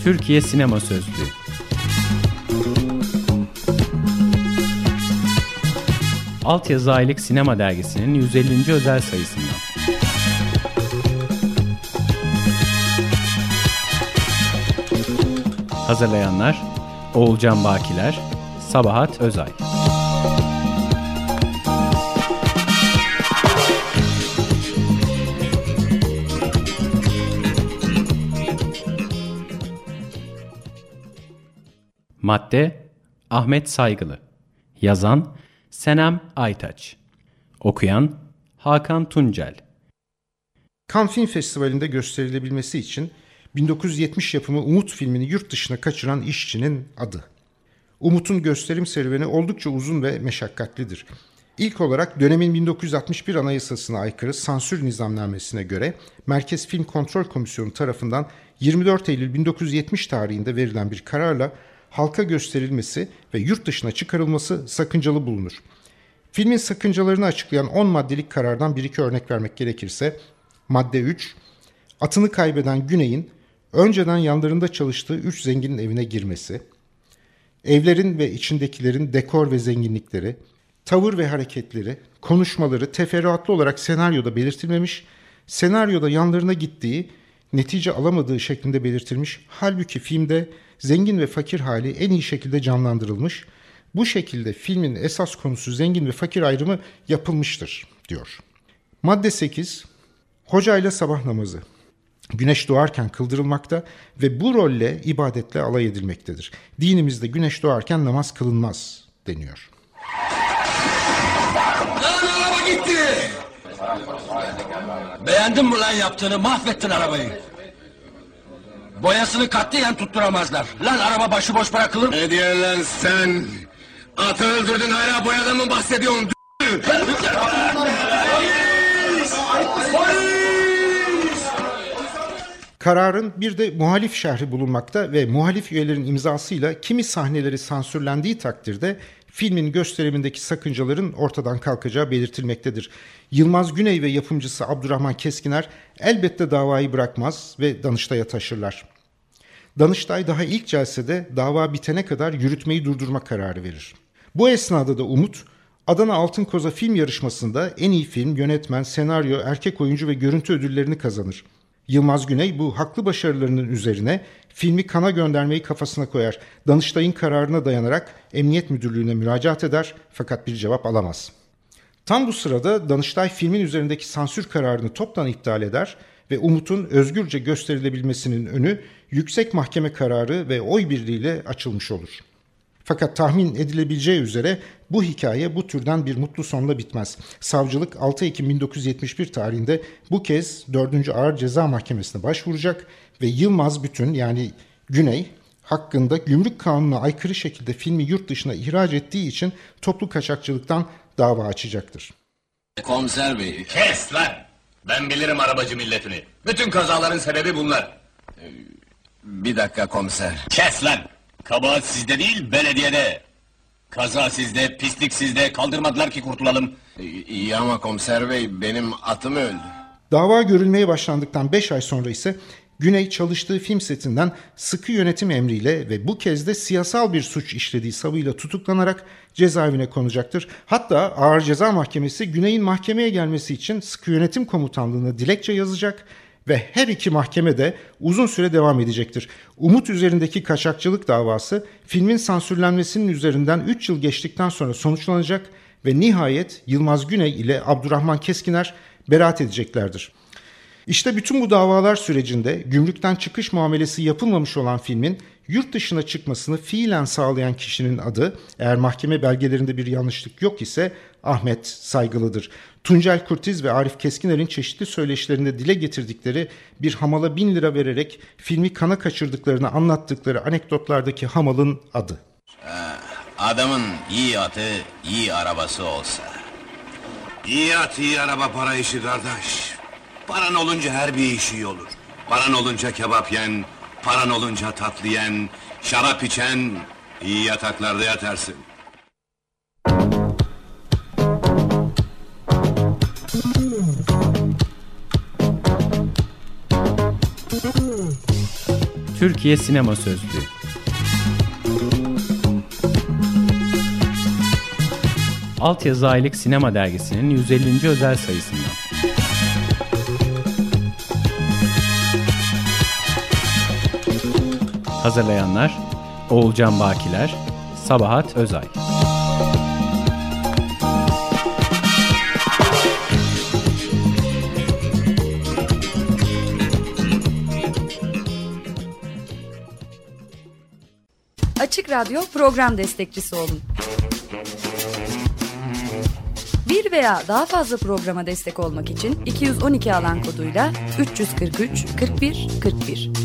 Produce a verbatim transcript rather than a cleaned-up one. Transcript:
Türkiye Sinema Sözlüğü. Altyazı Aylık Sinema Dergisi'nin yüz ellinci özel sayısından. Hazırlayanlar Oğulcan Bakiler, Sabahat Özay. Madde Ahmet Saygılı. Yazan Senem Aytaç. Okuyan Hakan Tuncel. Cannes Film Festivali'nde gösterilebilmesi için bin dokuz yüz yetmiş yapımı Umut filmini yurt dışına kaçıran işçinin adı. Umut'un gösterim serüveni oldukça uzun ve meşakkatlidir. İlk olarak dönemin bin dokuz yüz altmış bir Anayasası'na aykırı sansür nizamnamesine göre Merkez Film Kontrol Komisyonu tarafından yirmi dört Eylül bin dokuz yüz yetmiş tarihinde verilen bir kararla halka gösterilmesi ve yurt dışına çıkarılması sakıncalı bulunur. Filmin sakıncalarını açıklayan on maddelik karardan bir iki örnek vermek gerekirse, madde üç, atını kaybeden Güney'in önceden yanlarında çalıştığı üç zenginin evine girmesi, evlerin ve içindekilerin dekor ve zenginlikleri, tavır ve hareketleri, konuşmaları teferruatlı olarak senaryoda belirtilmemiş, senaryoda yanlarına gittiği, netice alamadığı şeklinde belirtilmiş, halbuki filmde zengin ve fakir hali en iyi şekilde canlandırılmış, bu şekilde filmin esas konusu zengin ve fakir ayrımı yapılmıştır, diyor. Madde sekiz, hocayla sabah namazı. Güneş doğarken kıldırılmakta ve bu rolle, ibadetle alay edilmektedir. Dinimizde güneş doğarken namaz kılınmaz deniyor. Lan araba gitti! Beğendin mi lan yaptığını? Mahvettin arabayı. Boyasını katliyen tutturamazlar. Lan araba başıboş bırakılır. Ne diyorsun lan sen? Atı öldürdün, hala boyadan mı bahsediyorsun? Kararın bir de muhalif şerhi bulunmakta ve muhalif üyelerin imzasıyla kimi sahneleri sansürlendiği takdirde filmin gösterimindeki sakıncaların ortadan kalkacağı belirtilmektedir. Yılmaz Güney ve yapımcısı Abdurrahman Keskiner elbette davayı bırakmaz ve Danıştay'a taşırlar. Danıştay daha ilk celsede dava bitene kadar yürütmeyi durdurma kararı verir. Bu esnada da Umut, Adana Altın Koza film yarışmasında en iyi film, yönetmen, senaryo, erkek oyuncu ve görüntü ödüllerini kazanır. Yılmaz Güney bu haklı başarılarının üzerine filmi Cannes'a göndermeyi kafasına koyar. Danıştay'ın kararına dayanarak Emniyet Müdürlüğü'ne müracaat eder fakat bir cevap alamaz. Tam bu sırada Danıştay filmin üzerindeki sansür kararını toptan iptal eder ve Umut'un özgürce gösterilebilmesinin önü yüksek mahkeme kararı ve oy birliğiyle açılmış olur. Fakat tahmin edilebileceği üzere bu hikaye bu türden bir mutlu sonla bitmez. Savcılık altı Ekim bin dokuz yüz yetmiş bir tarihinde bu kez dördüncü Ağır Ceza Mahkemesi'ne başvuracak ve Yılmaz Bütün, yani Güney hakkında gümrük kanununa aykırı şekilde filmi yurt dışına ihraç ettiği için toplu kaçakçılıktan dava açacaktır. Komiser bey. Kes lan! Ben bilirim arabacı milletini. Bütün kazaların sebebi bunlar. Bir dakika komiser. Kes lan! Kabahat sizde değil, belediyede. Kaza sizde, pislik sizde. Kaldırmadılar ki kurtulalım. İyi ama komiser bey, benim atım öldü. Dava görülmeye başlandıktan beş ay sonra ise Güney çalıştığı film setinden sıkı yönetim emriyle ve bu kez de siyasal bir suç işlediği savıyla tutuklanarak cezaevine konacaktır. Hatta Ağır Ceza Mahkemesi Güney'in mahkemeye gelmesi için sıkı yönetim komutanlığına dilekçe yazacak ve her iki mahkeme de uzun süre devam edecektir. Umut üzerindeki kaçakçılık davası filmin sansürlenmesinin üzerinden üç yıl geçtikten sonra sonuçlanacak ve nihayet Yılmaz Güney ile Abdurrahman Keskiner beraat edeceklerdir. İşte bütün bu davalar sürecinde gümrükten çıkış muamelesi yapılmamış olan filmin yurt dışına çıkmasını fiilen sağlayan kişinin adı, eğer mahkeme belgelerinde bir yanlışlık yok ise, Ahmet Saygılı'dır. Tuncel Kurtiz ve Arif Keskiner'in çeşitli söyleşilerinde dile getirdikleri bir hamala bin lira vererek filmi kana kaçırdıklarını anlattıkları anekdotlardaki hamalın adı. Adamın iyi atı, iyi arabası olsa. İyi at, iyi araba para işi kardeş. Paran olunca her bir iş iyi olur. Paran olunca kebap yen, paran olunca tatlı yen, şarap içen, iyi yataklarda yatarsın. Türkiye Sinema Sözlüğü. Altyazı Aylık Sinema Dergisi'nin yüz ellinci özel sayısından. Hazırlayanlar Oğulcan Bakiler, Sabahat Özay. Açık Radyo program destekçisi olun. Bir veya daha fazla programa destek olmak için iki yüz on iki alan koduyla üç yüz kırk üç kırk bir kırk bir